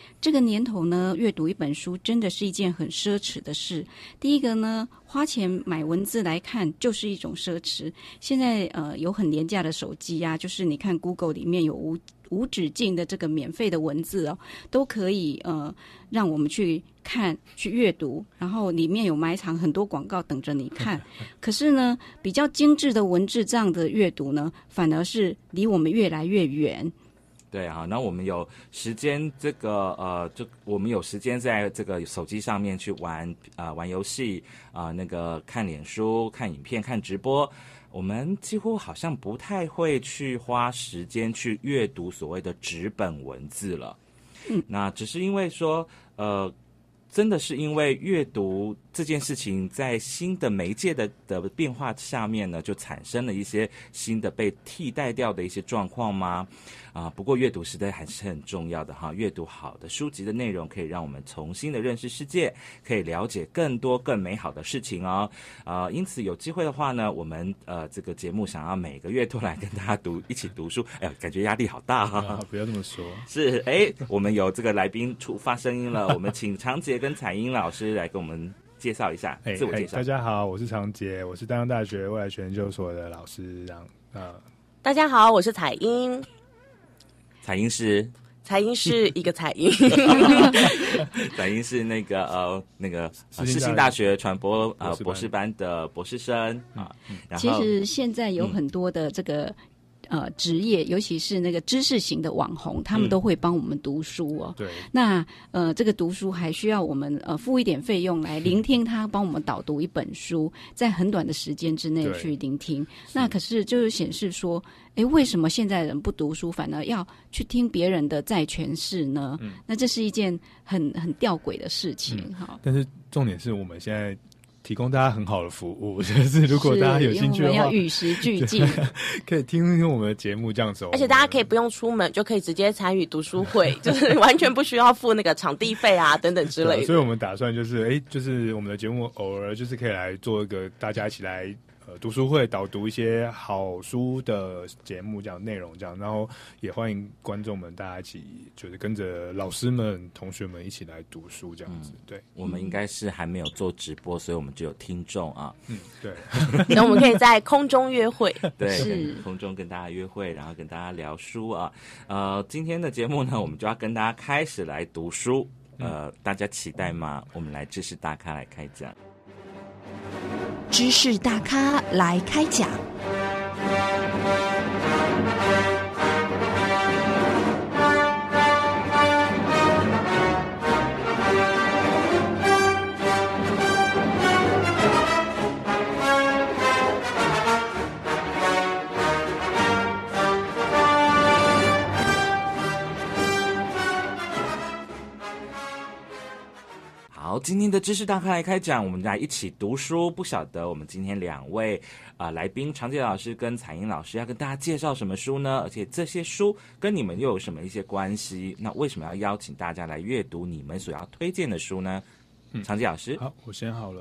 这个年头呢，阅读一本书真的是一件很奢侈的事。第一个呢，花钱买文字来看就是一种奢侈。现在有很廉价的手机啊，就是你看 Google 里面有无止境的这个免费的文字哦，都可以让我们去看去阅读，然后里面有埋藏很多广告等着你看。可是呢，比较精致的文字这样的阅读呢，反而是离我们越来越远。 对啊，那我们有时间就我们有时间在这个手机上面去玩游戏那个看脸书、看影片、看直播，我们几乎好像不太会去花时间去阅读所谓的纸本文字了。那只是因为说真的是因为阅读这件事情在新的媒介的变化下面呢，就产生了一些新的被替代掉的一些状况吗？不过阅读实在还是很重要的哈。阅读好的书籍的内容，可以让我们重新的认识世界，可以了解更多更美好的事情哦。因此有机会的话呢，我们这个节目想要每个月都来跟大家一起读书，感觉压力好大哈。 不要这么说。 是我们有这个来宾发声音了，我们请长杰跟彩英老师来跟我们介绍一下，自我介绍。 大家好，我是长杰，我是淡江大学未来学研究所的老师。 大家好，我是彩英。 彩英是一个彩英， 彩英是那个世新大学传播博士班的博士生啊。然后其实现在有很多的这个职业，尤其是那个知识型的网红，他们都会帮我们读书哦。 对。 那这个读书还需要我们付一点费用来聆听他帮我们导读一本书，在很短的时间之内去聆听。那可是就是显示说，为什么现在人不读书，反而要去听别人的再诠释呢？那这是一件很吊诡的事情哈。 但是重点是我们现在提供大家很好的服务，就是如果大家有兴趣的话， 我们要与时俱进， 可以听听我们的节目这样子。 而且大家可以不用出门就可以直接参与读书会，就是完全不需要付那个场地费啊等等之类的。 所以我们打算就是我们的节目偶尔就是可以来做一个大家一起来读书会，导读一些好书的节目这样内容这样，然后也欢迎观众们大家一起就是跟着老师们同学们一起来读书这样子。对， 我们应该是还没有做直播，所以我们就有听众啊。 对。 那我们可以在空中约会， 对，是空中跟大家约会，然后跟大家聊书啊。今天的节目呢，我们就要跟大家开始来读书。大家期待吗？我们来知识大咖来开讲。 知识大咖来开讲。 好，今天的知识大咖来开讲，我们来一起读书。不晓得我们今天两位来宾长杰老师跟彩英老师要跟大家介绍什么书呢？而且这些书跟你们又有什么一些关系？那为什么要邀请大家来阅读你们所要推荐的书呢？长杰老师， 好，我先好了。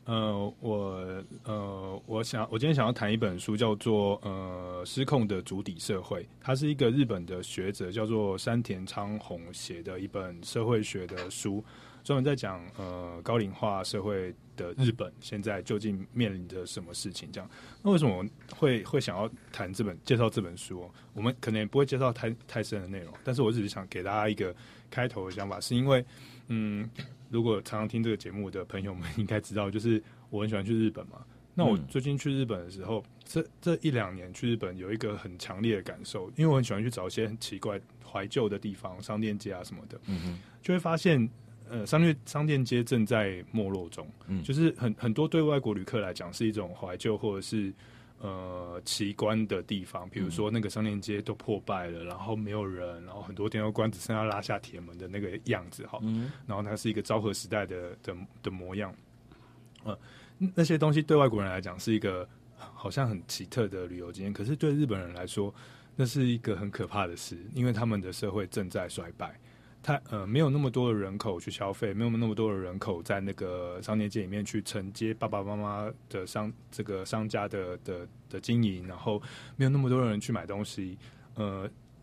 我今天想要谈一本书，叫做失控的主体社会。它是一个日本的学者叫做山田昌宏写的一本社会学的书，专门在讲高龄化社会的日本现在究竟面临着什么事情。这样，那为什么会想要介绍这本书？我们可能也不会介绍太深的内容，但是我只是想给大家一个开头的想法，是因为如果常常听这个节目的朋友们应该知道，就是我很喜欢去日本嘛。那我最近去日本的时候，这一两年去日本有一个很强烈的感受，因为我很喜欢去找一些很奇怪怀旧的地方，商店街啊什么的，就会发现商店街正在没落中，就是很多对外国旅客来讲是一种怀旧或者是奇观的地方，比如说那个商店街都破败了，然后没有人，然后很多店都关，只剩下拉下铁门的那个样子哈，然后它是一个昭和时代的模样，那些东西对外国人来讲是一个好像很奇特的旅游经验，可是对日本人来说，那是一个很可怕的事，因为他们的社会正在衰败。没有那么多的人口去消费，没有那么多的人口在那个商业街里面去承接爸爸妈妈的这个商家的经营，然后没有那么多人去买东西，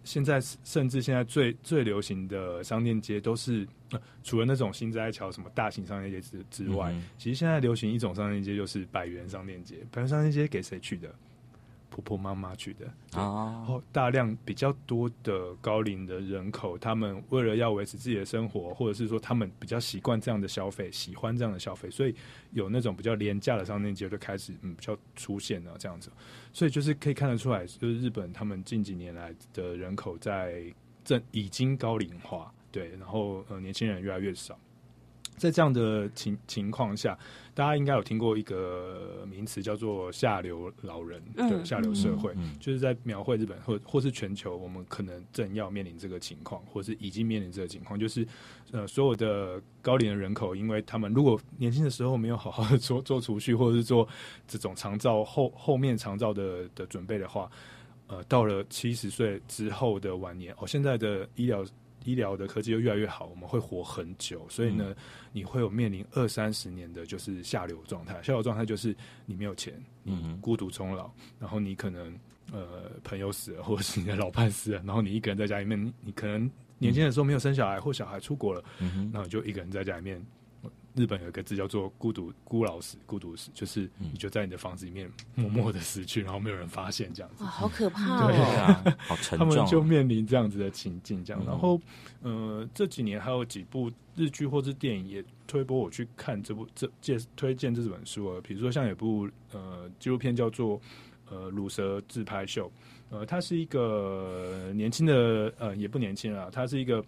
现在甚至现在最流行的商店街都是除了那种新斋桥什么大型商店街之外，其实现在流行一种商店街就是百元商店街。百元商店街给谁去的？婆婆妈妈去的然后大量比较多的高龄的人口，他们为了要维持自己的生活，或者是说他们比较习惯这样的消费，喜欢这样的消费，所以有那种比较廉价的商店街就开始比较出现了这样子。所以就是可以看得出来，就是日本他们近几年来的人口已经高龄化，对，然后年轻人越来越少。在这样的情况下，大家应该有听过一个名词叫做下流老人，对，下流社会，就是在描绘日本或是全球，我们可能正要面临这个情况，或是已经面临这个情况，就是所有的高龄的人口，因为他们如果年轻的时候没有好好的做储蓄，或者是做这种长照后面长照的准备的话，到了70岁之后的晚年，现在的医疗的科技又越来越好，我们会活很久，所以呢，你会有面临20-30年的就是下流状态。下流状态就是你没有钱，你孤独终老，然后你可能朋友死了，或者是你的老伴死了，然后你一个人在家里面，你可能年轻的时候没有生小孩，或小孩出国了，然后你就一个人在家里面。日本有一个字叫做孤独死，就是你就在你的房子里面默默的死去，然后没有人发现这样子。 哇，好可怕对啊，好沉重。 他们就面临这样子的情境，这样。然后这几年还有几部日剧或是电影也推播我去看推荐这本书比如说像有部纪录片叫做乳蛇自拍秀，他是一个年轻的也不年轻了，他是一个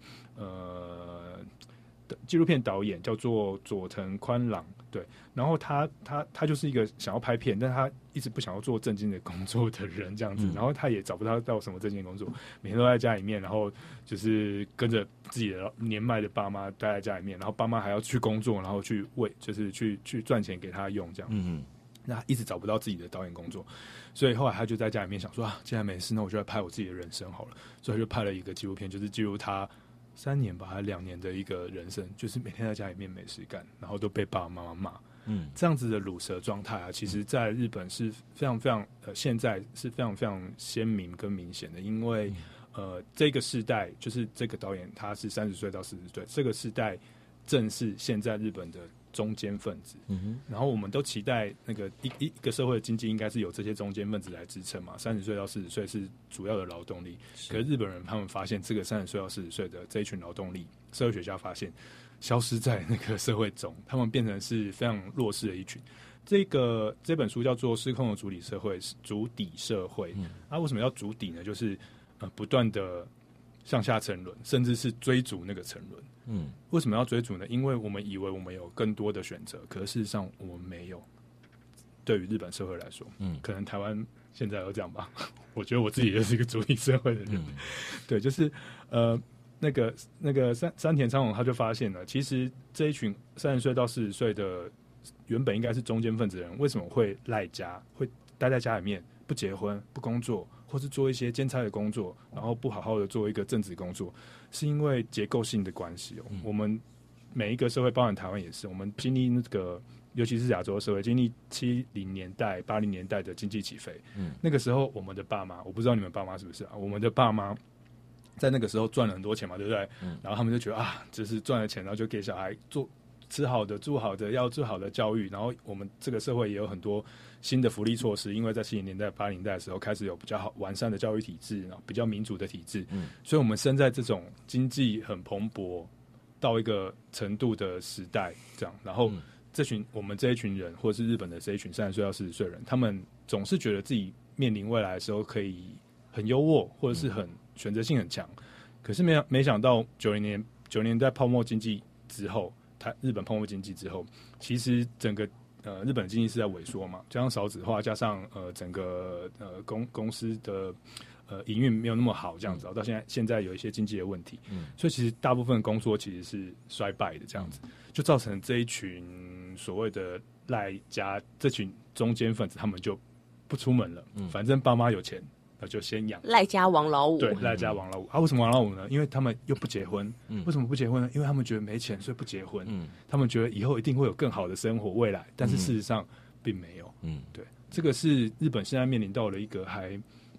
纪录片导演叫做佐藤宽郎，对，然后他就是一个想要拍片，但他一直不想要做正经的工作的人这样子，然后他也找不到什么正经的工作，每天都在家里面，然后就是跟着自己的年迈的爸妈待在家里面，然后爸妈还要去工作，然后就是去赚钱给他用这样，那一直找不到自己的导演工作，所以后来他就在家里面想说既然没事，那我就来拍我自己的人生好了，所以他就拍了一个纪录片，就是记录他3年吧，还2年的一个人生，就是每天在家里面没事干，然后都被爸爸妈妈骂。这样子的乳蛇状态其实在日本是非常非常现在是非常非常鲜明跟明显的，因为这个世代就是这个导演他是30岁到40岁，这个世代正是现在日本的中间分子，然后我们都期待那个一个社会的经济应该是由这些中间分子来支撑嘛，30岁到40岁是主要的劳动力，可是日本人他们发现这个30岁到40岁的这一群劳动力，社会学家发现消失在那个社会中，他们变成是非常弱势的一群。这本书叫做《失控的主体社会》，主底社会。为什么要主底呢？就是不断的向下沉沦，甚至是追逐那个沉沦。为什么要追逐呢？因为我们以为我们有更多的选择，可是事实上我们没有。对于日本社会来说，可能台湾现在有这样吧。我觉得我自己就是一个主体社会的人。对，就是那个山田昌宏他就发现了，其实这一群30岁到40岁的原本应该是中间分子的人，为什么会赖家，会待在家里面，不结婚、不工作，或是做一些兼差的工作，然后不好好的做一个正职工作，是因为结构性的关系我们每一个社会，包含台湾也是，我们经历那个，尤其是亚洲社会，经历70年代、80年代的经济起飞。那个时候我们的爸妈，我不知道你们爸妈是不是我们的爸妈在那个时候赚了很多钱嘛，对不对？然后他们就觉得就是赚了钱，然后就给小孩吃好的、住好的，要最好的教育。然后我们这个社会也有很多新的福利措施，因为在70年代、80年代的时候开始有比较好完善的教育体制，然后比较民主的体制。所以我们生在这种经济很蓬勃到一个程度的时代，这样。然后我们这一群人，或者是日本的这一群30岁到40岁的人，他们总是觉得自己面临未来的时候可以很优渥，或者是很选择性很强。可是没想到90年代泡沫经济之后，日本泡沫经济之后，其实整个日本经济是在萎缩嘛，加上少子化，加上整个公司的营运没有那么好，这样子到现在有一些经济的问题，所以其实大部分工作其实是衰败的，这样子就造成这一群所谓的赖家这群中间分子，他们就不出门了，反正爸妈有钱。那就先养赖家王老五， 对，赖家王老五为什么王老五呢？因为他们又不结婚，为什么不结婚呢？因为他们觉得没钱，所以不结婚。他们觉得以后一定会有更好的生活未来，但是事实上并没有。对，这个是日本现在面临到了一个还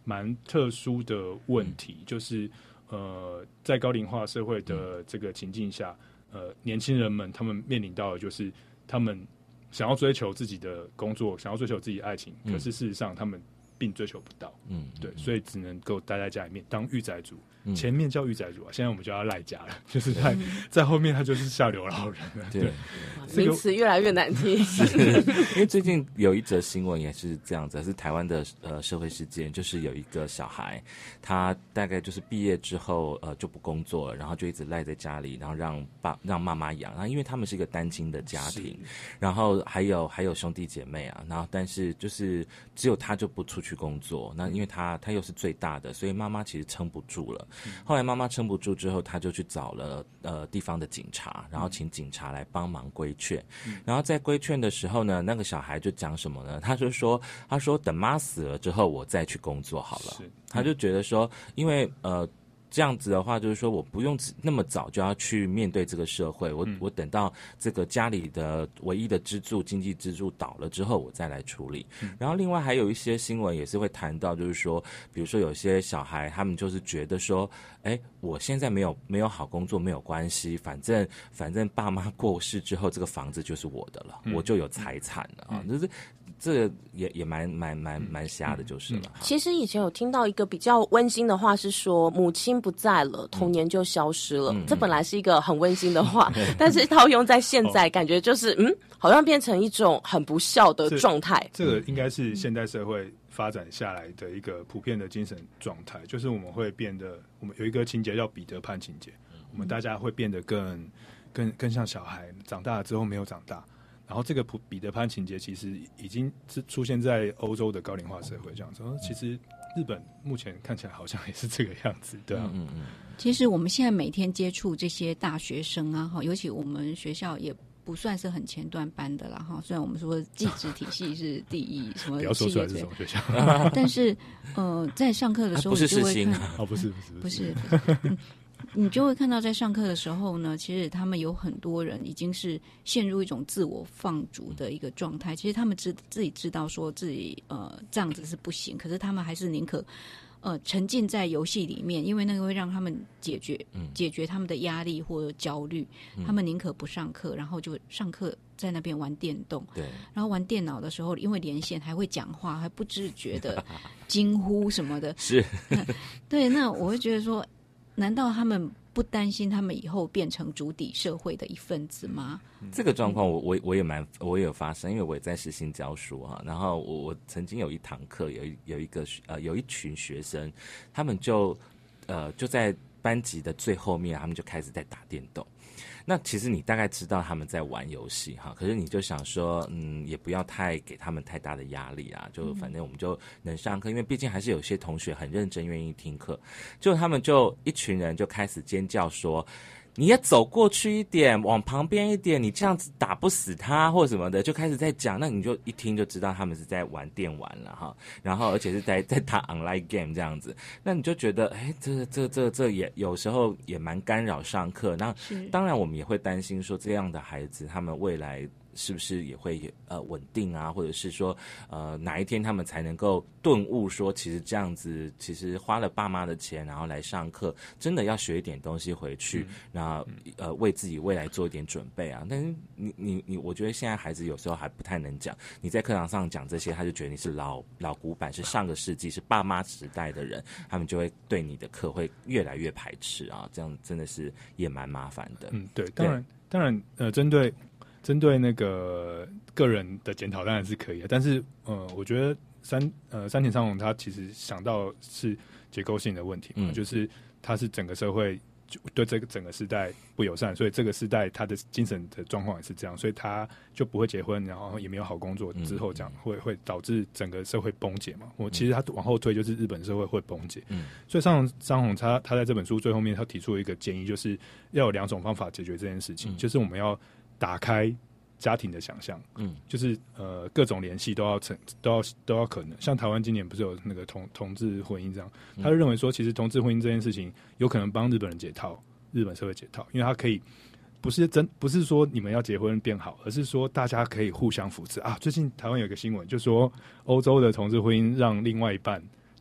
蛮特殊的问题，就是在高龄化社会的这个情境下，年轻人们他们面临到的就是他们想要追求自己的工作，想要追求自己的爱情，可是事实上他们并追求不到，对，所以只能够待在家里面当御宅族。前面叫御宅族啊，现在我们就要赖家了，就是在后面他就是下流老人了。对， 名词越来越难听。 因为最近有一则新闻也是这样子，是台湾的社会事件，就是有一个小孩，他大概就是毕业之后就不工作了，然后就一直赖在家里，然后让妈妈养。然后因为他们是一个单亲的家庭，然后还有兄弟姐妹啊，然后但是就是只有他就不出去工作，那因为他又是最大的，所以妈妈其实撑不住了。后来妈妈撑不住之后，他就去找了地方的警察，然后请警察来帮忙规劝。然后在规劝的时候呢，那个小孩就讲什么呢？他说等妈死了之后，我再去工作好了。他就觉得说，因为这样子的话，就是说我不用那么早就要去面对这个社会，我等到这个家里的唯一的支柱经济支柱倒了之后，我再来处理。然后另外还有一些新闻也是会谈到，就是说，比如说有些小孩他们就是觉得说，我现在没有好工作没有关系，反正爸妈过世之后，这个房子就是我的了，我就有财产了啊，就是。这个也蛮瞎的，就是了。 其实以前有听到一个比较温馨的话，是说母亲不在了，童年就消失了。这本来是一个很温馨的话，但是套用在现在，感觉就是好像变成一种很不孝的状态。 这个应该是现代社会发展下来的一个普遍的精神状态，就是我们会变得，我们有一个情节叫彼得潘情节，我们大家会变得更像小孩，长大了之后没有长大。然后这个彼得潘情节其实已经是出现在欧洲的高龄化社会这样子，其实日本目前看起来好像也是这个样子，对啊。 其实我们现在每天接触这些大学生啊，尤其我们学校也不算是很前段班的啦哈，虽然我们说技职体系是第一，什么不要说出来是什么学校， 但是在上课的时候你就会看，不是。你就会看到在上课的时候呢，其实他们有很多人已经是陷入一种自我放逐的一个状态。其实他们自己知道说自己这样子是不行，可是他们还是宁可沉浸在游戏里面，因为那个会让他们解决他们的压力或者焦虑。他们宁可不上课，然后就上课在那边玩电动，对，然后玩电脑的时候，因为连线还会讲话，还不自觉的惊呼什么的， 是， 对。那我会觉得说，难道他们不担心他们以后变成主体社会的一份子吗？ 这个状况我也有发生，因为我也在实行教书啊。然后我曾经有一堂课，有一群学生，他们就在班级的最后面，他们就开始在打电动。那其实你大概知道他们在玩游戏哈，可是你就想说，也不要给他们太大的压力啊，就反正我们就能上课，因为毕竟还是有些同学很认真愿意听课，就他们就一群人就开始尖叫说，你要走过去一点，往旁边一点，你这样子打不死他或什么的，就开始在讲。那你就一听就知道他们是在玩电玩了哈，然后而且是在打 online game 这样子。那你就觉得，这也有时候也蛮干扰上课。那当然我们也会担心说，这样的孩子他们未来是不是也会稳定啊，或者是说哪一天他们才能够顿悟说，其实这样子其实花了爸妈的钱然后来上课，真的要学一点东西回去，那为自己未来做一点准备啊。但是你我觉得现在孩子有时候还不太能讲，你在课堂上讲这些，他就觉得你是老古板，是上个世纪是爸妈时代的人，他们就会对你的课会越来越排斥啊，这样真的是也蛮麻烦的。 对，当然针对那个个人的检讨当然是可以的，但是我觉得山田昌宏他其实想到是结构性的问题嘛，就是他是整个社会对这个整个时代不友善，所以这个时代他的精神的状况也是这样，所以他就不会结婚，然后也没有好工作，之后这样会导致整个社会崩解嘛。其实他往后推就是日本社会会崩解，所以张宏他在这本书最后面他提出了一个建议，就是要有2种方法解决这件事情，就是我们要打开家庭的想象，就是各种联系都要可能。像台湾今年不是有那个同志婚姻这样，他就认为说，其实同志婚姻这件事情有可能帮日本人解套，日本社会解套，因为他可以不是说你们要结婚变好，而是说大家可以互相扶持啊。最近台湾有一个新闻，就说欧洲的同志婚姻让另外一半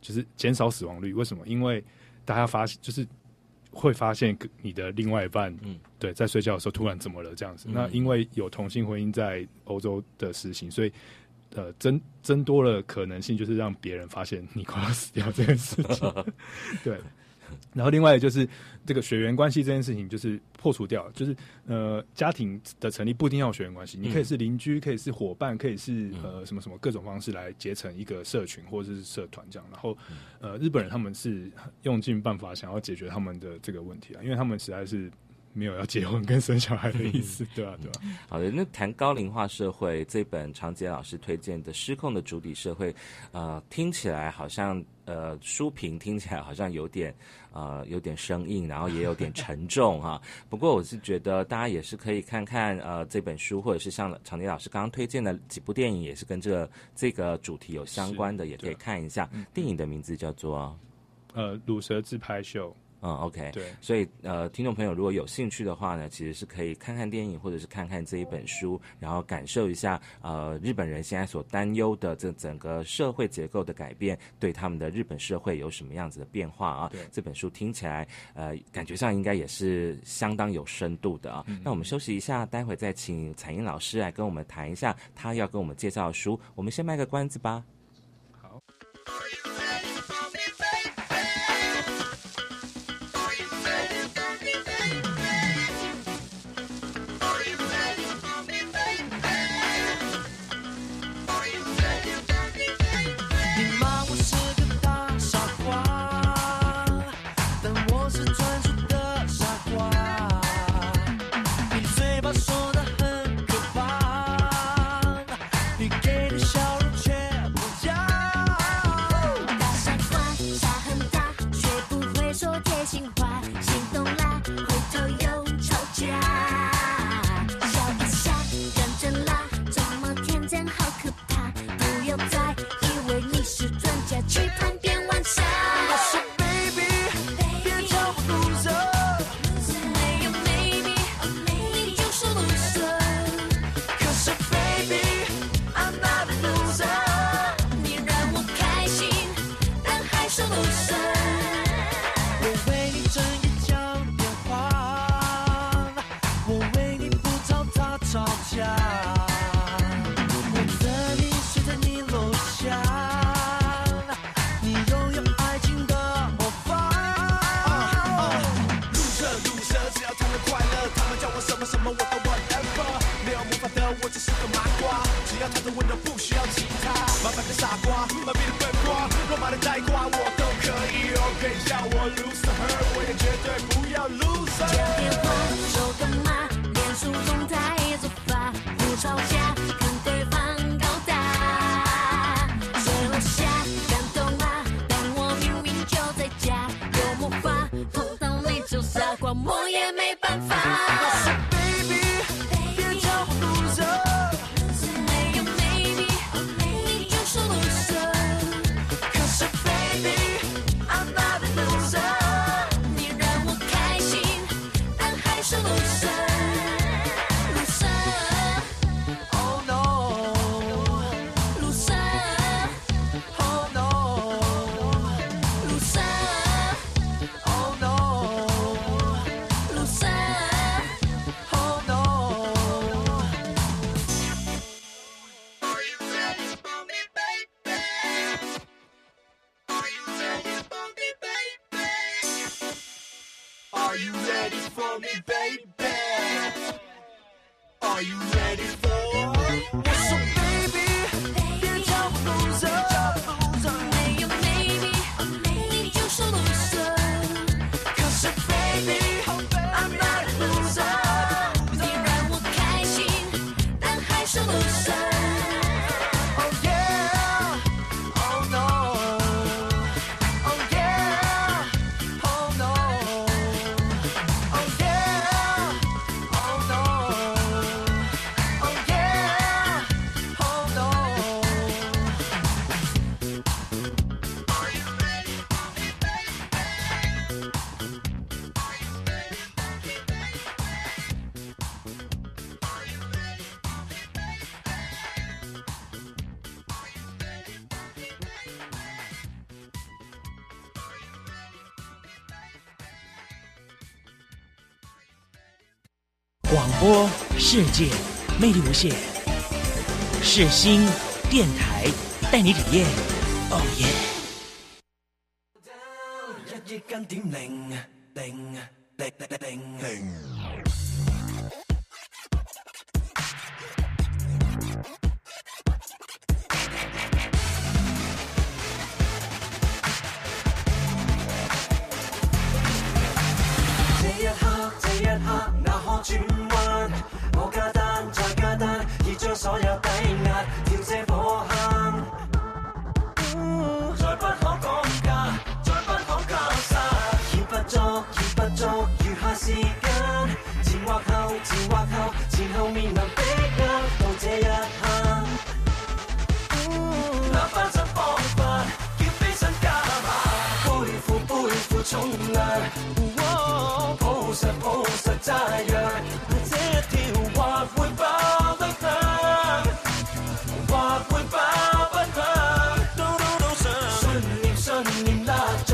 就是减少死亡率。为什么？因为大家发现就是会发现你的另外一半，对，在睡觉的时候突然怎么了这样子。那因为有同性婚姻在欧洲的实行，所以增多了可能性，就是让别人发现你快要死掉这件事情。对。然后另外就是这个血缘关系这件事情就是破除掉，就是家庭的成立不一定要有血缘关系，你可以是邻居，可以是伙伴，可以是什么什么各种方式来结成一个社群或者是社团这样。然后日本人他们是用尽办法想要解决他们的这个问题啊，因为他们实在是没有要结婚跟生小孩的意思，对啊。 好的，那谈高龄化社会这本长捷老师推荐的《失控的主体社会》，听起来好像书评听起来好像有点生硬，然后也有点沉重哈。不过我是觉得大家也是可以看看这本书，或者是像长捷老师刚刚推荐的几部电影，也是跟这个主题有相关的，也可以看一下。电影的名字叫做乳蛇自拍秀。 OK， 对， 所以听众朋友如果有兴趣的话呢，其实是可以看看电影，或者是看看这一本书，然后感受一下日本人现在所担忧的这整个社会结构的改变，对他们的日本社会有什么样子的变化啊？这本书听起来感觉上应该也是相当有深度的啊。那我们休息一下，待会再请彩英老师来跟我们谈一下他要跟我们介绍的书。我们先卖个关子吧。 好。 Oh 广播世界魅力无限，世新电台带你体验。哦耶！ 一間點零零零零零。這一刻，那可轉彎？我加單再加單，已將所有抵押跳這火坑。再不可講價，再不可交殺，已不足，餘下時間，前或後，前後面臨逼壓，到這一刻，哪花真方法，叫飛身加碼，背負重量。抱實炸藥，這一條或會爆得響，或會爆不響，都上，信念拉着，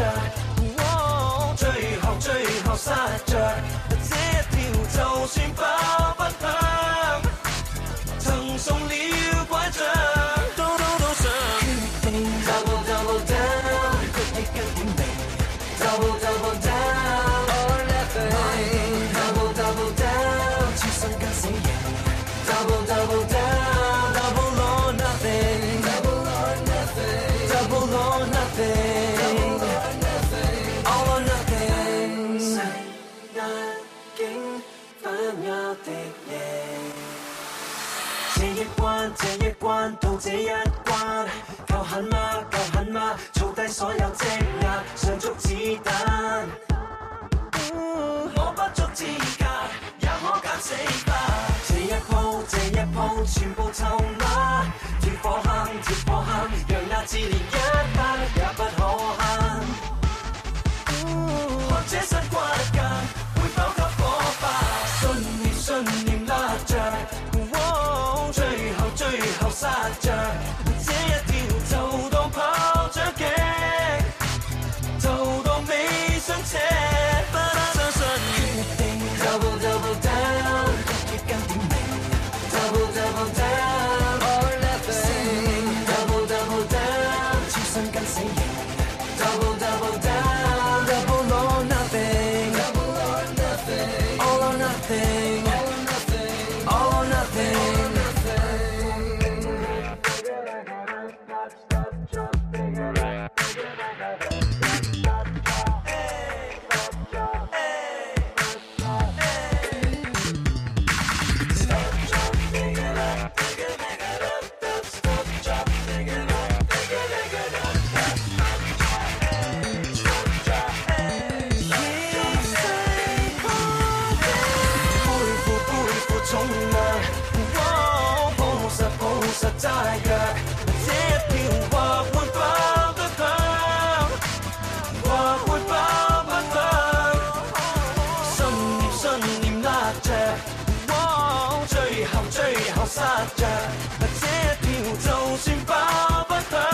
最後剎着，這一條就算爆不響，曾送了拐杖，都上，決定double down，一根點零double down。Double down， 切身跟死刑。Double down，double or nothing。Double or nothing。Double or nothing。All or nothing。世壓境反咬敵形。這一關到這一關，夠狠嗎？儲低所有積壓，上足子彈。我不足資格，也可減死吧。這一鋪全部臭碼，跳火坑，讓壓制連一刻也不可慳。看這身骨架，會否給火化？信念拉着，最後剎着，這一條就當炮仗擊，就當未上車。Double down， 一根點零。Double down， or nothing。Double down， 切身跟死刑。Double down，double or nothing。Double or nothing。All or nothing。All or nothing。抱實炸藥，這一條或會爆得響，或會爆不響。信念拉着，最後剎着，這一條就算爆不響，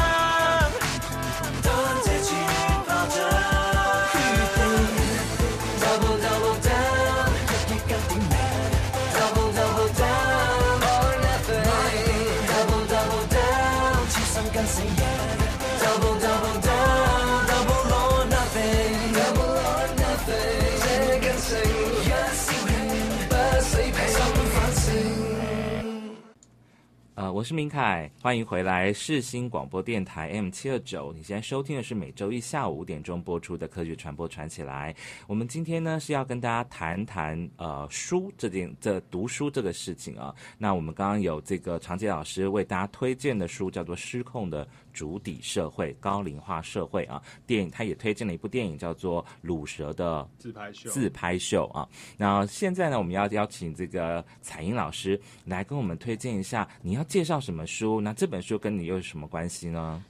但這串炮仗決定。Double down， 一根點零。Double down，or nothing。Double down， 切身跟死刑。Double down，double or nothing。Double or nothing， 這根繩一燒興，不死皮，心反省。 我是明凱，欢迎回来世新广播电台 M729。你现在收听的是每周一下午5点钟播出的科学传播传起来。我们今天呢是要跟大家谈谈书这读书这个事情啊。那我们刚刚有这个长杰老师为大家推荐的书叫做《失控的主体社会：高龄化社会》啊。电影他也推荐了一部电影叫做《鲁蛇的自拍秀》啊。那现在呢，我们要邀请这个彩英老师来跟我们推荐一下，你要介绍什么书？那这本书跟你又有什么关系呢？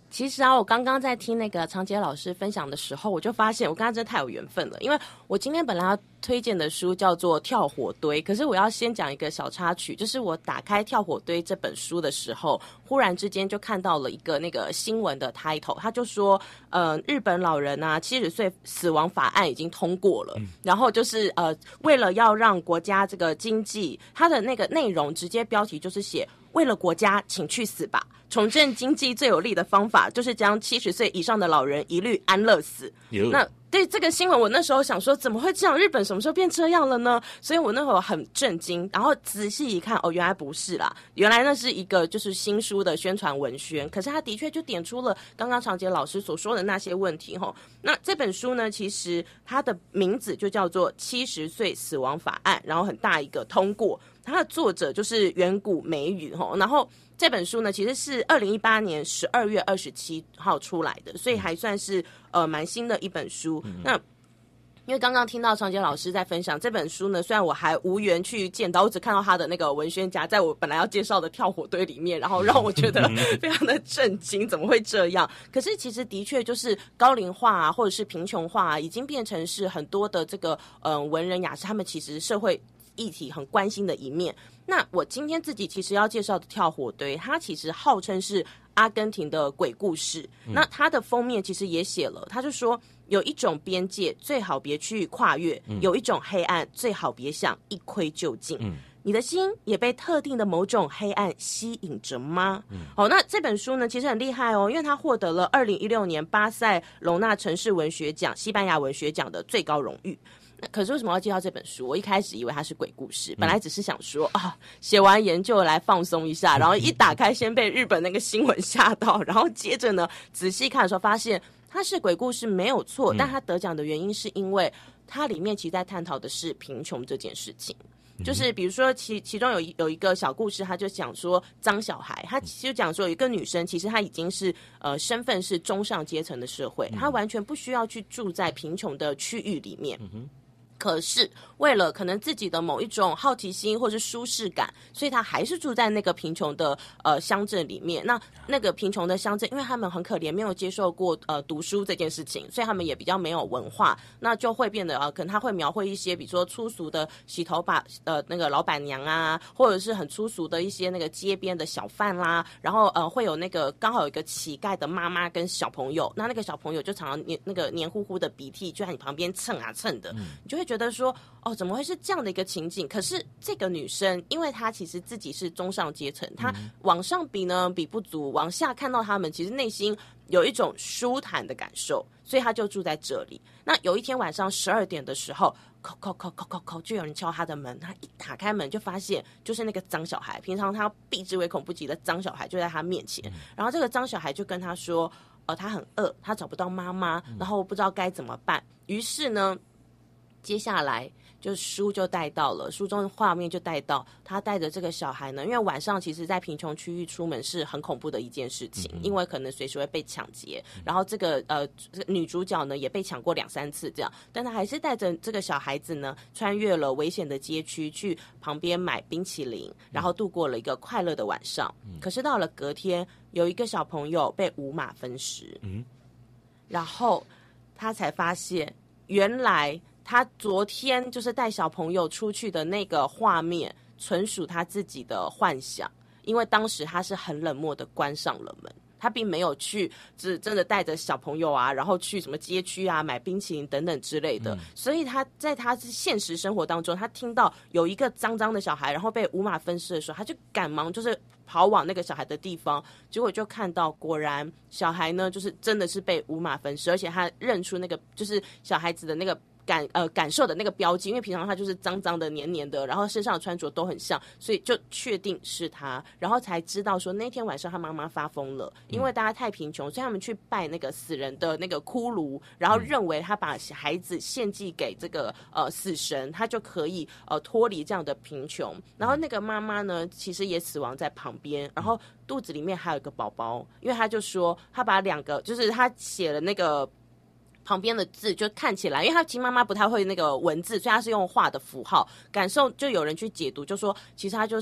其实啊，我刚刚在听那个长杰老师分享的时候，我就发现我跟他真的太有缘分了。因为我今天本来要推荐的书叫做《跳火堆》，可是我要先讲一个小插曲，就是我打开《跳火堆》这本书的时候，忽然之间就看到了一个那个新闻的 title， 他就说，日本老人啊70岁死亡法案已经通过了，然后就是为了要让国家这个经济，它的那个内容直接标题就是写。为了国家，请去死吧！重振经济最有力的方法，就是将70岁以上的老人一律安乐死。那对这个新闻，我那时候想说，怎么会这样？日本什么时候变这样了呢？所以我那会儿很震惊，然后仔细一看，哦，原来不是啦，原来那是一个就是新书的宣传文宣。可是他的确就点出了刚刚长杰老师所说的那些问题齁。那这本书呢，其实它的名字就叫做《70岁死亡法案》，然后很大一个通过。它的作者就是远古美语齁，然后这本书呢其实是2018年12月27号出来的，所以还算是蛮新的一本书。那因为刚刚听到长杰老师在分享这本书呢，虽然我还无缘去见到，我只看到他的那个文宣夹在我本来要介绍的跳火堆里面，然后让我觉得非常的震惊，怎么会这样？可是其实的确就是高龄化啊，或者是贫穷化啊，已经变成是很多的这个文人雅士他们其实社会议题很关心的一面。那我今天自己其实要介绍的跳火堆，它其实号称是阿根廷的鬼故事。那它的封面其实也写了，他就说有一种边界最好别去跨越，有一种黑暗最好别想一窥就尽。你的心也被特定的某种黑暗吸引着吗？好，那这本书呢其实很厉害哦，因为它获得了2016年巴塞隆纳城市文学奖西班牙文学奖的最高荣誉。可是为什么要介绍这本书？我一开始以为它是鬼故事，本来只是想说写完研究来放松一下，然后一打开先被日本那个新闻吓到，然后接着呢仔细看的时候发现它是鬼故事没有错，但它得奖的原因是因为它里面其实在探讨的是贫穷这件事情。就是比如说其中有一个小故事，他就讲说脏小孩，他就讲说有一个女生，其实她已经是身份是中上阶层的社会，她完全不需要去住在贫穷的区域里面。可是为了可能自己的某一种好奇心或是舒适感，所以他还是住在那个贫穷的乡镇里面。那个贫穷的乡镇，因为他们很可怜，没有接受过读书这件事情，所以他们也比较没有文化，那就会变得可能他会描绘一些比如说粗俗的洗头发那个老板娘啊，或者是很粗俗的一些那个街边的小贩啦，然后会有那个刚好有一个乞丐的妈妈跟小朋友，那个小朋友就常常那个黏糊糊的鼻涕就在你旁边蹭啊蹭的，你就会觉得说怎么会是这样的一个情景？可是这个女生，因为她其实自己是中上阶层，她往上比呢比不足，往下看到他们，其实内心有一种舒坦的感受，所以她就住在这里。那有一天晚上12点的时候，叩，就有人敲她的门。她一打开门就发现，就是那个脏小孩，平常她避之唯恐不及的脏小孩就在她面前。然后这个脏小孩就跟她说，她很饿，她找不到妈妈，然后不知道该怎么办。于是呢，接下来就书就带到了，书中的画面就带到他带着这个小孩呢，因为晚上其实在贫穷区域出门是很恐怖的一件事情，因为可能随时会被抢劫，然后这个女主角呢也被抢过2-3次这样，但他还是带着这个小孩子呢穿越了危险的街区，去旁边买冰淇淋，然后度过了一个快乐的晚上。可是到了隔天，有一个小朋友被五马分尸，然后他才发现原来他昨天就是带小朋友出去的那个画面纯属他自己的幻想，因为当时他是很冷漠的关上了门，他并没有去真的带着小朋友啊，然后去什么街区啊买冰淇淋等等之类的，所以他在他现实生活当中，他听到有一个脏脏的小孩然后被五马分尸的时候，他就赶忙就是跑往那个小孩的地方，结果就看到果然小孩呢就是真的是被五马分尸，而且他认出那个就是小孩子的那个感受的那个标记，因为平常他就是脏脏的黏黏的，然后身上的穿着都很像，所以就确定是他，然后才知道说那天晚上他妈妈发疯了，因为大家太贫穷，所以他们去拜那个死人的那个骷髅，然后认为他把孩子献祭给这个死神，他就可以脱离这样的贫穷。然后那个妈妈呢其实也死亡在旁边，然后肚子里面还有一个宝宝，因为他就说他把2个就是他写了那个旁边的字就看起来，因为他其实妈妈不太会那个文字，所以他是用画的符号，感受就有人去解读，就说其实他就是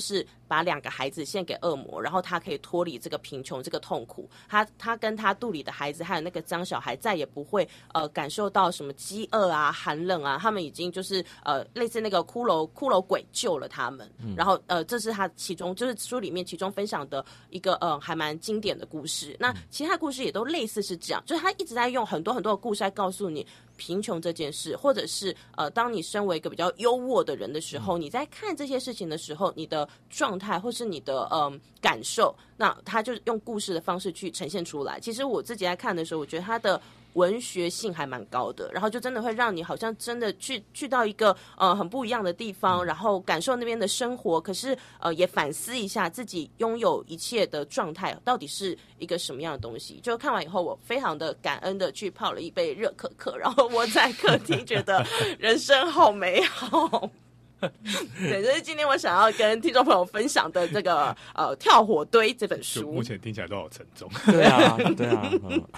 把2个孩子献给恶魔，然后他可以脱离这个贫穷这个痛苦，他跟他肚里的孩子还有那个脏小孩再也不会感受到什么饥饿啊寒冷啊，他们已经就是类似那个骷髅鬼救了他们，然后这是他其中就是书里面其中分享的一个还蛮经典的故事。那其他故事也都类似是这样，就是他一直在用很多很多的故事来告诉你贫穷这件事，或者是当你身为一个比较优渥的人的时候，你在看这些事情的时候，你的状态或是你的感受，那他就用故事的方式去呈现出来。其实我自己在看的时候，我觉得他的文学性还蛮高的，然后就真的会让你好像真的去到一个很不一样的地方，然后感受那边的生活，可是也反思一下自己拥有一切的状态到底是一个什么样的东西。就看完以后，我非常的感恩的去泡了一杯热可可，然后窝在客厅，觉得人生好美好。对，这是今天我想要跟听众朋友分享的这个跳火堆这本书。 目前听起来都好沉重。 对啊，对啊，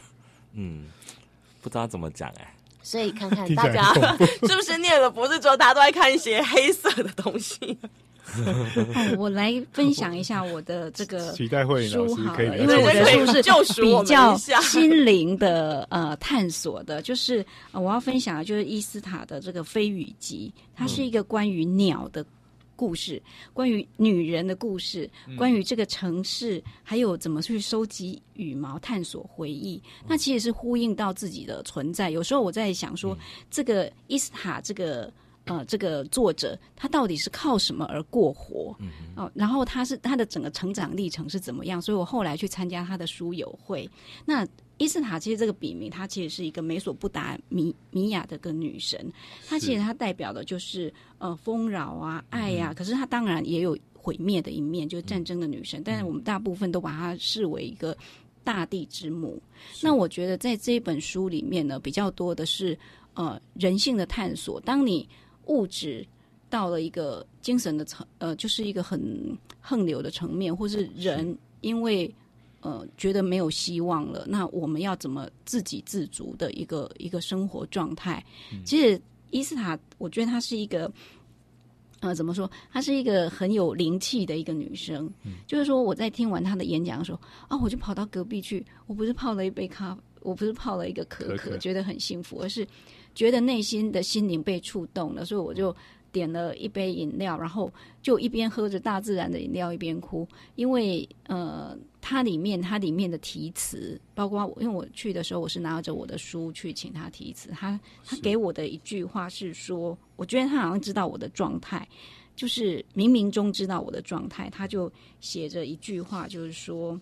不知道怎么讲所以看看大家是不是念了博士之后，大家都在看一些黑色的东西。 我来分享一下我的这个期待慧老师可以了解， 因为我的书是救赎我们比较一下心灵的探索的，就是我要分享的就是伊斯塔的这个飞羽集，它是一个关于鸟的故事，关于女人的故事，关于这个城市，还有怎么去收集羽毛、探索回忆。那其实是呼应到自己的存在。有时候我在想说，这个伊斯塔这个作者他到底是靠什么而过活？然后他的整个成长历程是怎么样？所以我后来去参加他的书友会。那伊斯塔其实这个笔名，她其实是一个美索不达米亚的个女神，她其实她代表的就是丰饶啊、爱啊，可是她当然也有毁灭的一面，就是战争的女神。但是我们大部分都把她视为一个大地之母。那我觉得在这一本书里面呢，比较多的是人性的探索。当你物质到了一个精神的就是一个很横流的层面，或是人因为觉得没有希望了，那我们要怎么自给自足的一个生活状态？其实伊斯塔，我觉得她是一个怎么说？她是一个很有灵气的一个女生。就是说，我在听完她的演讲的时候我就跑到隔壁去，我不是泡了一杯咖啡，我不是泡了一个可可觉得很幸福，而是觉得内心的心灵被触动了，所以我就点了一杯饮料，然后就一边喝着大自然的饮料一边哭。因为它里面的题词，包括因为我去的时候我是拿着我的书去请他题词，他给我的一句话是说，我觉得他好像知道我的状态，就是冥冥中知道我的状态，他就写着一句话，就是说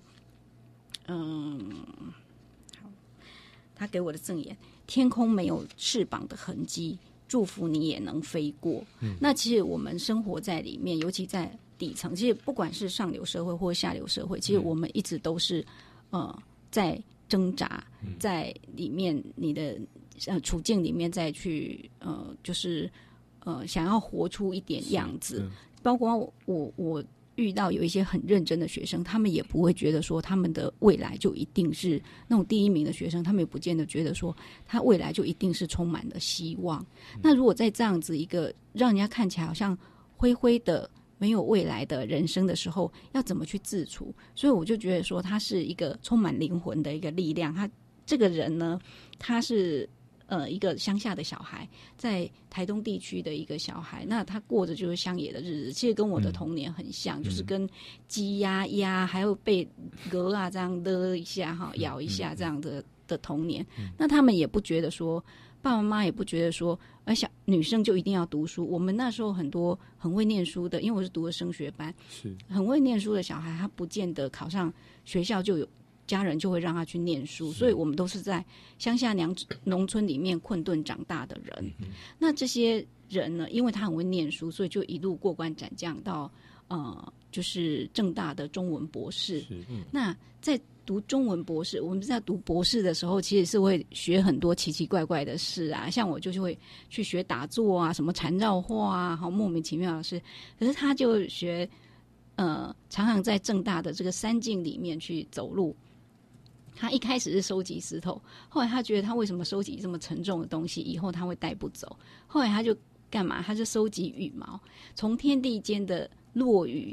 他给我的赠言：天空没有翅膀的痕迹，祝福你也能飞过。那其实我们生活在里面，尤其在底层，其实不管是上流社会或下流社会，其实我们一直都是在挣扎，在里面你的处境里面再去就是想要活出一点样子。包括我遇到有一些很认真的学生，他们也不会觉得说他们的未来就一定是那种第一名的学生，他们也不见得觉得说他未来就一定是充满了希望。那如果在这样子一个让人家看起来好像灰灰的没有未来的人生的时候，要怎么去自处？所以我就觉得说他是一个充满灵魂的一个力量。他这个人呢，他是一个乡下的小孩，在台东地区的一个小孩，那他过着就是乡野的日子，其实跟我的童年很像，就是跟鸡鸭还有被鹅啊这样勒一下咬一下这样的童年。那他们也不觉得说，爸爸妈妈也不觉得说小女生就一定要读书。我们那时候很多很会念书的，因为我是读的升学班，是很会念书的小孩，他不见得考上学校就有家人就会让他去念书，所以我们都是在乡下农村里面困顿长大的人。那这些人呢，因为他很会念书，所以就一路过关斩将到就是政大的中文博士。那在读中文博士，我们在读博士的时候，其实是会学很多奇奇怪怪的事啊，像我就是会去学打坐啊，什么缠绕画啊，好莫名其妙的事。可是他就学常常在政大的这个山径里面去走路。他一开始是收集石头，后来他觉得他为什么收集这么沉重的东西，以后他会带不走，后来他就干嘛？他就收集羽毛，从天地间的落雨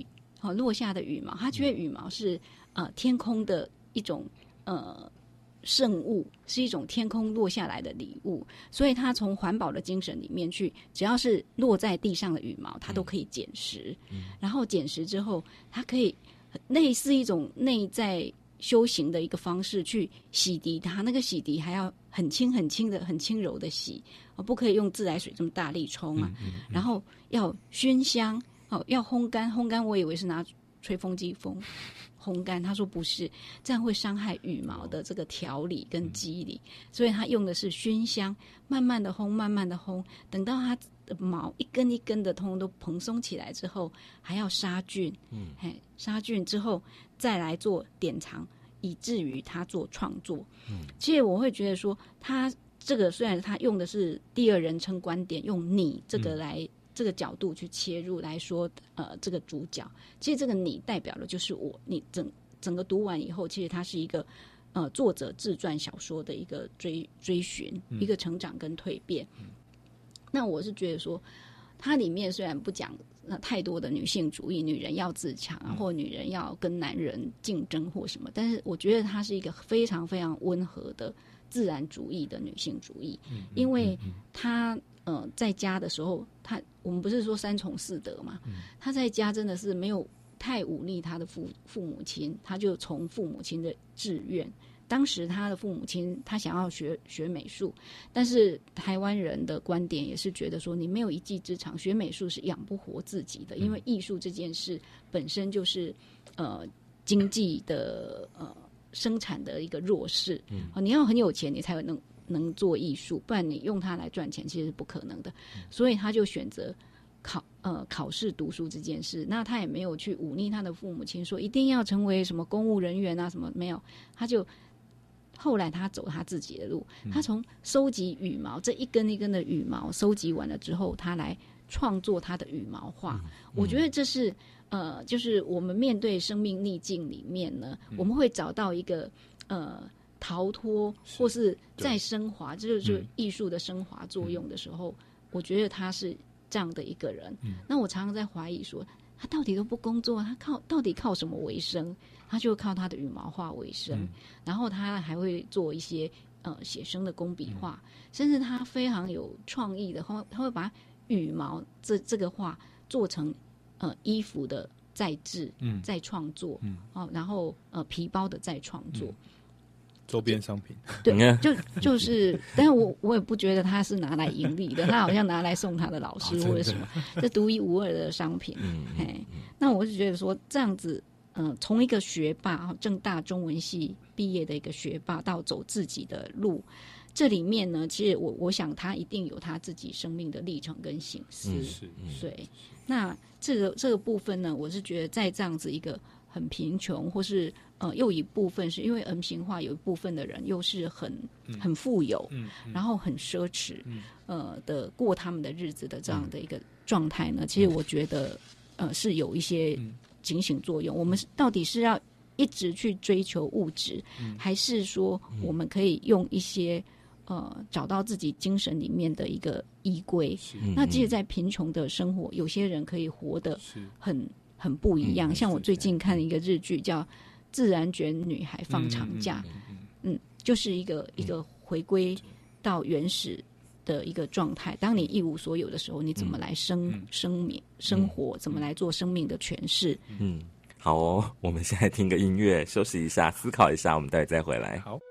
落下的羽毛，他觉得羽毛是天空的一种圣物，是一种天空落下来的礼物，所以他从环保的精神里面去，只要是落在地上的羽毛，他都可以捡拾，然后捡拾之后，他可以类似一种内在修行的一个方式去洗涤它，那个洗涤还要很轻很轻的、很轻柔的洗，不可以用自来水这么大力冲啊，然后要熏香，要烘干，烘干我以为是拿吹风机烘干，他说不是，这样会伤害羽毛的这个条理跟肌理，所以他用的是熏香，慢慢的烘，慢慢的烘，等到它的毛一根一根的通通都蓬松起来之后，还要杀菌，杀菌之后再来做典藏，以至于他做创作。其实我会觉得说，他这个虽然他用的是第二人称观点，用你这个来。这个角度去切入来说，这个主角，其实这个你代表的就是我。你整个读完以后，其实它是一个作者自传小说的一个追寻，一个成长跟蜕变。那我是觉得说，它里面虽然不讲太多的女性主义，女人要自强啊，或女人要跟男人竞争或什么，但是我觉得它是一个非常非常温和的自然主义的女性主义，因为她在家的时候，我们不是说三从四德嘛？他在家真的是没有太忤逆他的父母亲，他就从父母亲的志愿。当时他的父母亲他想要学美术，但是台湾人的观点也是觉得说，你没有一技之长，学美术是养不活自己的，因为艺术这件事本身就是经济的生产的一个弱势。你要很有钱，你才能做艺术，不然你用它来赚钱其实是不可能的。所以他就选择考试读书这件事。那他也没有去忤逆他的父母亲，说一定要成为什么公务人员啊什么，没有。他就后来他走他自己的路，他从收集羽毛，这一根一根的羽毛收集完了之后，他来创作他的羽毛画。我觉得这是就是我们面对生命逆境里面呢，我们会找到一个逃脱或是再升华，这就是艺术的升华作用的时候，我觉得他是这样的一个人。那我常常在怀疑说，他到底都不工作，他到底靠什么为生？他就靠他的羽毛画为生，然后他还会做一些写生的工笔画，甚至他非常有创意的，他会把羽毛这个画做成衣服的再制、再创作，然后皮包的再创作。 周边商品， 对，就是，但是我也不觉得他是拿来盈利的，他好像拿来送他的老师或者什么，这独一无二的商品。那我是觉得说这样子，从一个学霸，正大中文系毕业的一个学霸，到走自己的路，这里面呢，其实我想他一定有他自己生命的历程跟省思。对，那这个部分呢，我是觉得在这样子一个很贫穷，或是又一部分是因为M型化，有一部分的人又是很富有，然后很奢侈，的过他们的日子的这样的一个状态呢，其实我觉得是有一些警醒作用。我们到底是要一直去追求物质，还是说我们可以用一些找到自己精神里面的一个依归？那即使在贫穷的生活，有些人可以活得很不一样。像我最近看一个日剧叫《自然卷女孩放长假》，就是一个回归到原始的一个状态。当你一无所有的时候，你怎么来生活？怎么来做生命的诠释？ 好哦，我们现在听个音乐，休息一下，思考一下，我们待会再回来。 好。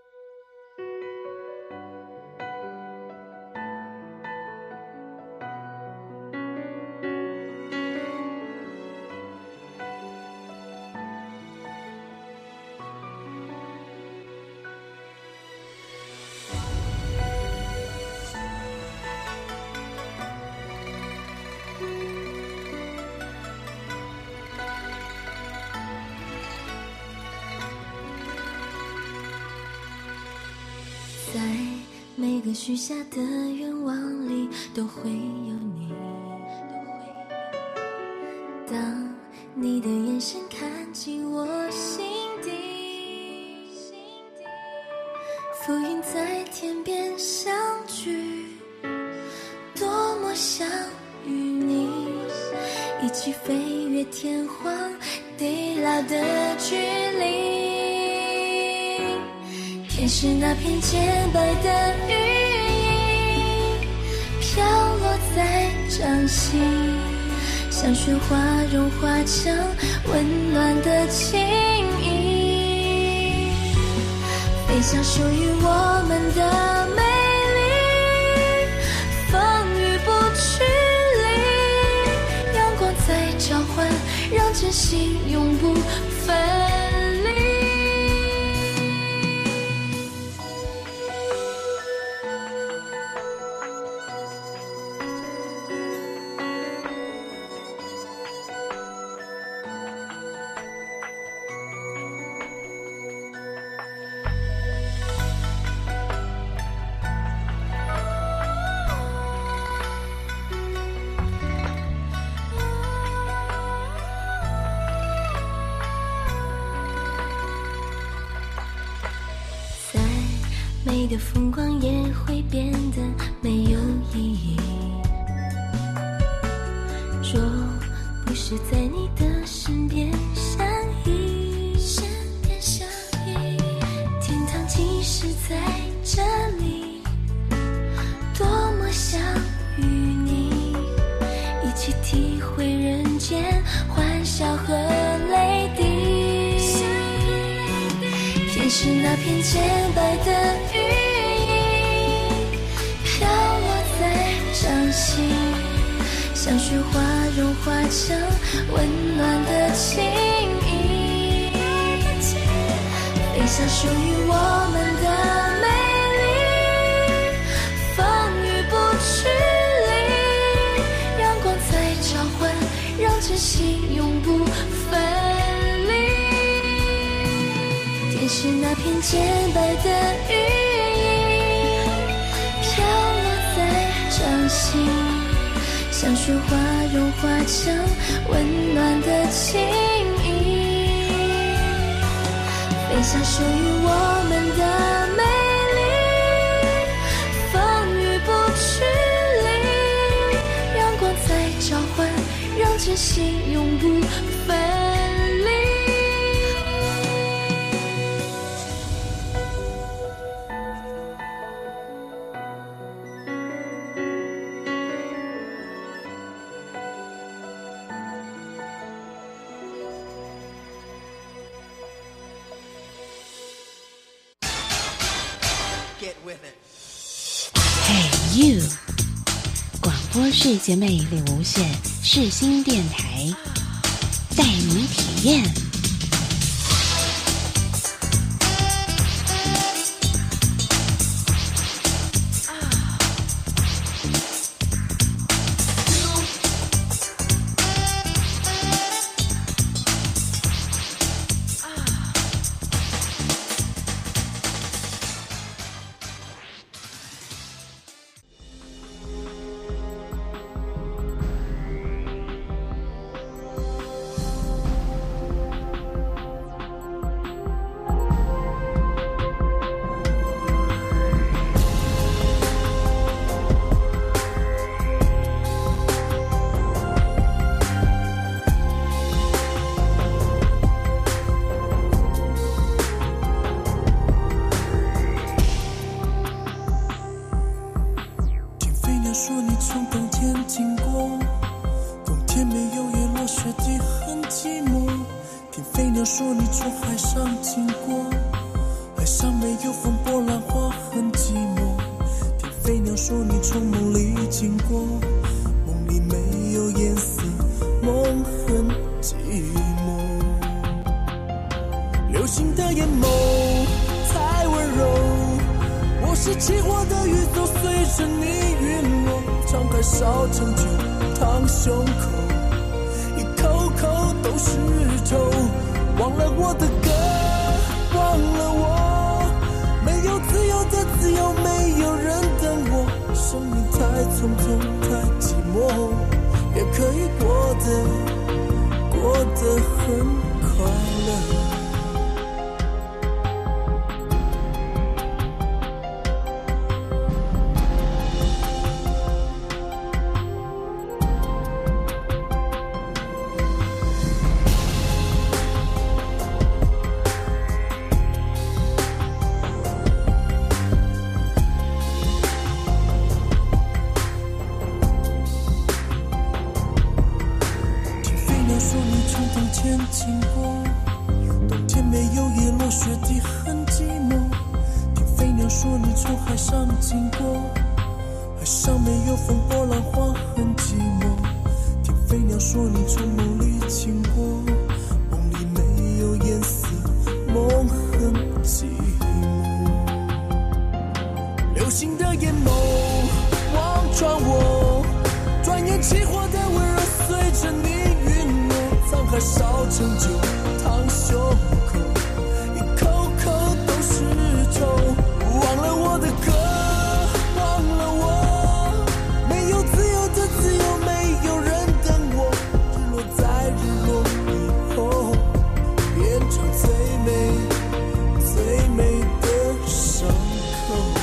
在每个许下的愿望里都会有你，当你的眼神看进我心底，浮云在天边相聚，多么想与你一起起飞越天荒地老的距离。天是那片洁白的羽翼，飘落在掌心，像雪花融化成温暖的情谊，飞向属于我们的美丽，风雨不去离，阳光在召唤，让真心永不分离。美的风光也会变得没有意义，若不是在你的身边相依，天堂即是在这里，多么想与你一起体会人间欢笑和泪滴。天是那片洁白的羽翼，飘落在掌心，像雪花融化成温暖的情谊，飞向属于我们的美丽，风雨不去离，阳光在召唤，让真心永不分离。天是那片洁白的羽翼，飘落在掌心，像雪花融化成温暖的情谊，飞向属于我们的美丽，风雨不去离，阳光在召唤，让真心永不分离。 Hey You， 广播世界魅力无限，世新电台带你体验。 说你从冬天经过，冬天没有叶落，雪地很寂寞。听飞鸟说你从海上经过，海上没有风波，浪花很寂寞。听飞鸟说你从梦里经过，梦里没有颜色，梦很寂寞。流星的眼眸太温柔，我是起火的宇宙，随着你陨落，敞开烧成酒，烫胸口，一口口都是愁。忘了我的歌，忘了我，没有自由的自由，没有人等我。生命太匆匆，太寂寞，也可以过得很快乐。 你从头前经过，冬天没有叶落，雪地很寂寞。听飞鸟说你从海上经过，海上没有风波，浪花很寂寞。听飞鸟说你从梦里经过，梦里没有颜色，梦很寂寞。流星的眼眸望穿我，转眼起火的温柔随着你陨落。沧海烧成酒，烫胸口，一口口都是愁。忘了我的歌，忘了我，没有自由的自由，没有人等我。日落在日落以后，变成最美最美的伤口。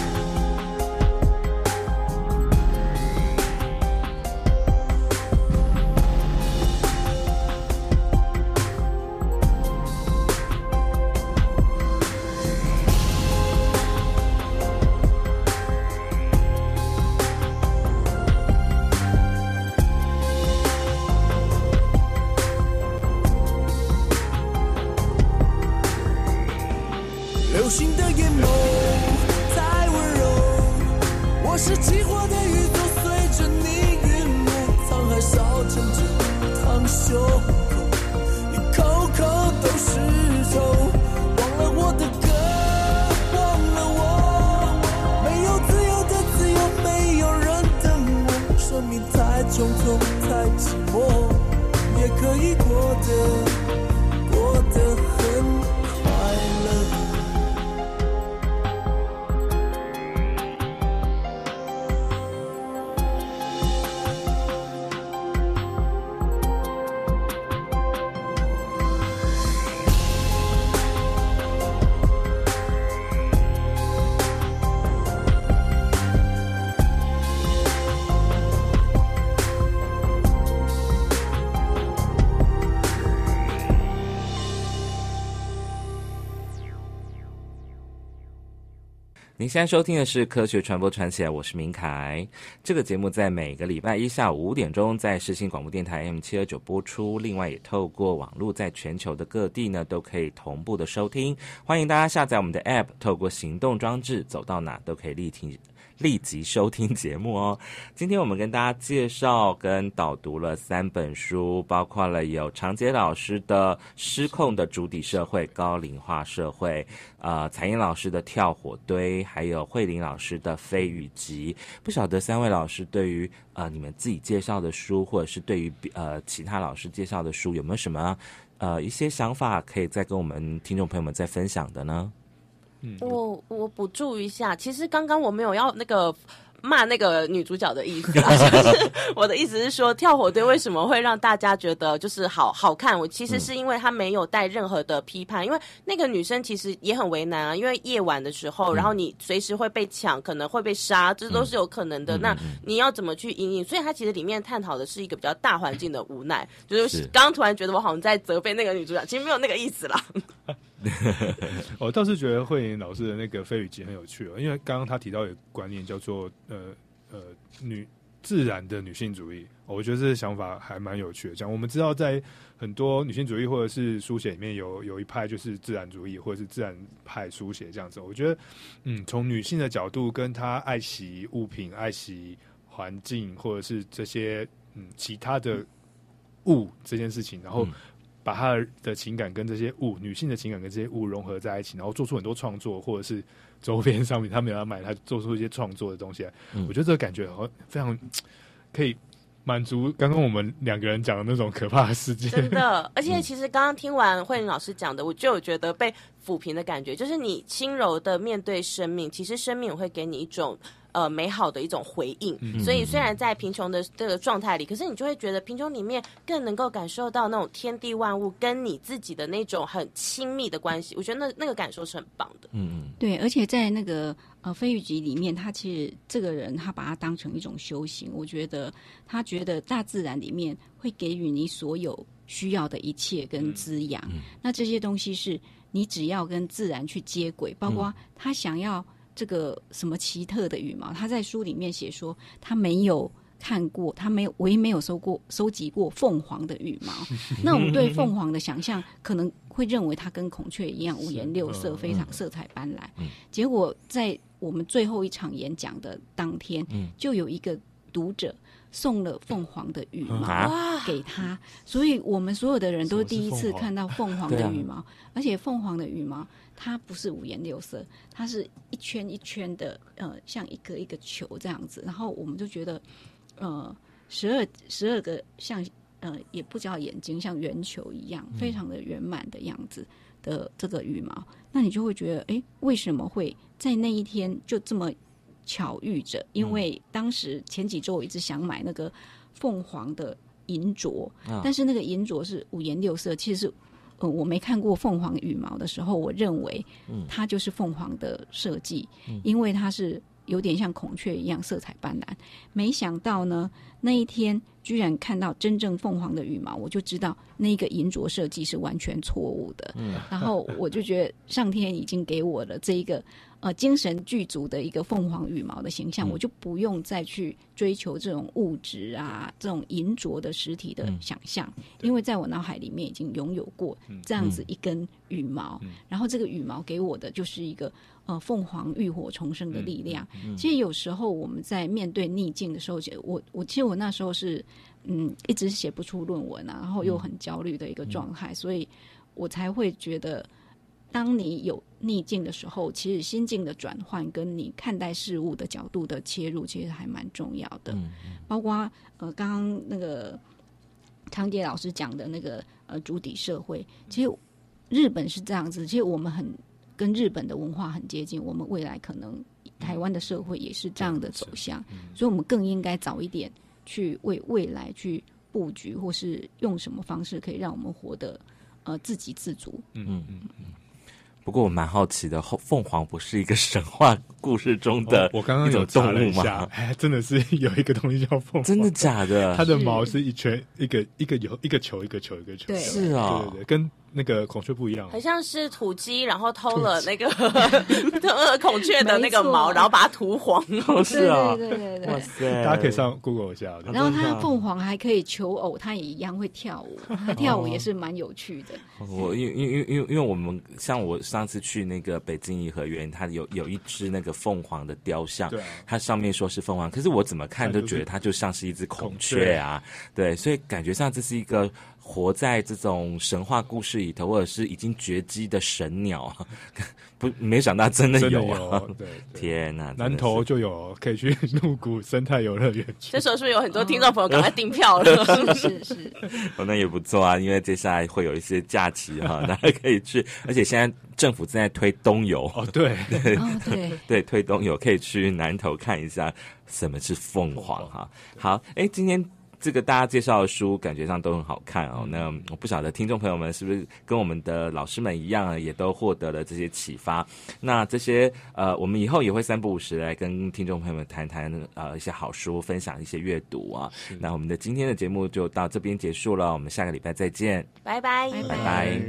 流星的眼眸太温柔，我是起火的宇宙，随着你陨落。沧海烧成酒，烫胸口，一口口都是愁。忘了我的歌，忘了我，没有自由的自由，没有人等我。生命太匆匆，太寂寞，也可以过得很快乐。 您现在收听的是科学传播传起来，我是明凯。这个节目在每个礼拜一下午5点钟在世新广播电台 M729 播出，另外也透过网络在全球的各地呢都可以同步的收听。欢迎大家下载我们的 App， 透过行动装置，走到哪都可以立即收听节目哦。今天我们跟大家介绍跟导读了3本书，包括了有长捷老师的《失控的主体社会：高龄化社会》，彩英老师的《跳火堆》，还有慧玲老师的《飞羽集》。不晓得3位老师对于你们自己介绍的书，或者是对于其他老师介绍的书，有没有什么一些想法可以再跟我们听众朋友们再分享的呢？ 我补助一下，其实刚刚我没有要那个骂那个女主角的意思啊，就是我的意思是说，跳火堆为什么会让大家觉得就是好看？我其实是因为她没有带任何的批判，因为那个女生其实也很为难啊，因为夜晚的时候，然后你随时会被抢，可能会被杀，这都是有可能的。那你要怎么去因应？所以她其实里面探讨的是一个比较大环境的无奈，就是刚刚突然觉得我好像在责备那个女主角，其实没有那个意思啦。 我倒是觉得慧玲老师的那个飞羽集很有趣因为刚刚他提到一个观念叫做自然的女性主义，我觉得这个想法还蛮有趣的。讲我们知道在很多女性主义或者是书写里面有一派就是自然主义或者是自然派书写这样子，我觉得从女性的角度跟她爱惜物品、爱惜环境或者是这些其他的物这件事情，然后把她的情感跟这些物，女性的情感跟这些物融合在一起，然后做出很多创作，或者是周边商品，他没有要买，他做出一些创作的东西来。我觉得这个感觉好像非常可以满足刚刚我们2个人讲的那种可怕的世界。 真的，而且其实刚刚听完慧玲老师讲的，我就有觉得被抚平的感觉，就是你轻柔的面对生命，其实生命也会给你一种美好的一种回应。所以虽然在贫穷的这个状态里，可是你就会觉得贫穷里面更能够感受到那种天地万物跟你自己的那种很亲密的关系。我觉得那个感受是很棒的。 对，而且在那个飞羽集里面，他其实这个人他把它当成一种修行。我觉得他觉得大自然里面会给予你所有需要的一切跟滋养。那这些东西是你只要跟自然去接轨，包括他想要这个什么奇特的羽毛，他在书里面写说他没有看过，唯一没有收集过凤凰的羽毛。那我们对凤凰的想象可能会认为它跟孔雀一样五颜六色，非常色彩斑斓。结果在我们最后一场演讲的当天，就有一个读者送了凤凰的羽毛给他，所以我们所有的人都第一次看到凤凰的羽毛，而且凤凰的羽毛它不是五颜六色，它是一圈一圈的，像一个一个球这样子。然后我们就觉得12个像也不叫眼睛，像圆球一样，非常的圆满的样子的这个羽毛，那你就会觉得，为什么会在那一天就这么巧遇着？因为当时前几周我一直想买那个凤凰的银镯，但是那个银镯是五颜六色，其实是我没看过凤凰羽毛的时候，我认为它就是凤凰的设计，因为它是有点像孔雀一样色彩斑斓。没想到呢，那一天居然看到真正凤凰的羽毛，我就知道那个银镯设计是完全错误的。然后我就觉得上天已经给我了这一个精神具足的一个凤凰羽毛的形象，我就不用再去追求这种物质啊，这种银镯的实体的想象，因为在我脑海里面已经拥有过这样子一根羽毛，然后这个羽毛给我的就是一个凤凰浴火重生的力量。其实有时候我们在面对逆境的时候，其实我那时候是一直写不出论文啊，然后又很焦虑的一个状态，所以我才会觉得，当你有逆境的时候，其实心境的转换跟你看待事物的角度的切入，其实还蛮重要的。包括刚刚那个康杰老师讲的那个主体社会，其实日本是这样子，其实我们跟日本的文化很接近，我们未来可能台湾的社会也是这样的走向，所以我们更应该早一点去为未来去布局，或是用什么方式可以让我们活得自给自足。 不过我蛮好奇的，凤凰不是一个神话故事中的我刚刚有查了一下，真的是有一个东西叫凤凰， 真的假的？ 它的毛是一圈一个球一个球一个球， 对， 是啊， 对，跟那个孔雀不一样， 很像是土鸡，然后偷了那个孔雀的那个毛，然后把它涂黄。 是啊， 对， 哇塞！ 大家可以上 Google 一下。 然后它凤凰还可以求偶，它也一样会跳舞，它跳舞也是蛮有趣的。 因为我们像我上次去那个北京颐和园，它有一只那个凤凰的雕像，它上面说是凤凰，可是我怎么看都觉得它就像是一只孔雀啊，对，所以感觉上这是一个活在这种神话故事里头，或者是已经绝迹的神鸟，不，没想到真的有啊！ 对， 天哪， 南投就有，可以去鹿谷生态游乐园去。 这时候是不是有很多听众朋友赶快订票了？ 是， 那也不错啊，因为接下来会有一些假期哈，大家可以去，而且现在政府正在推冬游对，推冬游可以去南投看一下什么是凤凰哈。好，今天这个大家介绍的书感觉上都很好看哦。那我不晓得听众朋友们是不是跟我们的老师们一样，也都获得了这些启发。那这些我们以后也会3不5时来跟听众朋友们谈谈一些好书，分享一些阅读啊。那我们的今天的节目就到这边结束了，我们下个礼拜再见， 拜拜， 拜拜。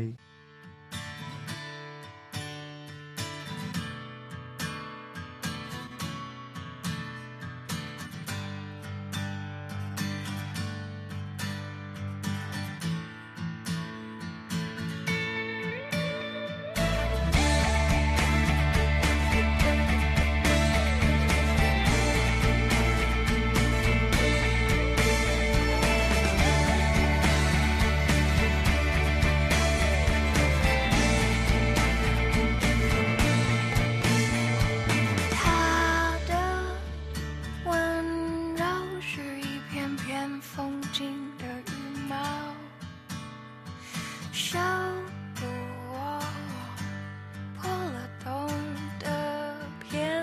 风景的羽毛，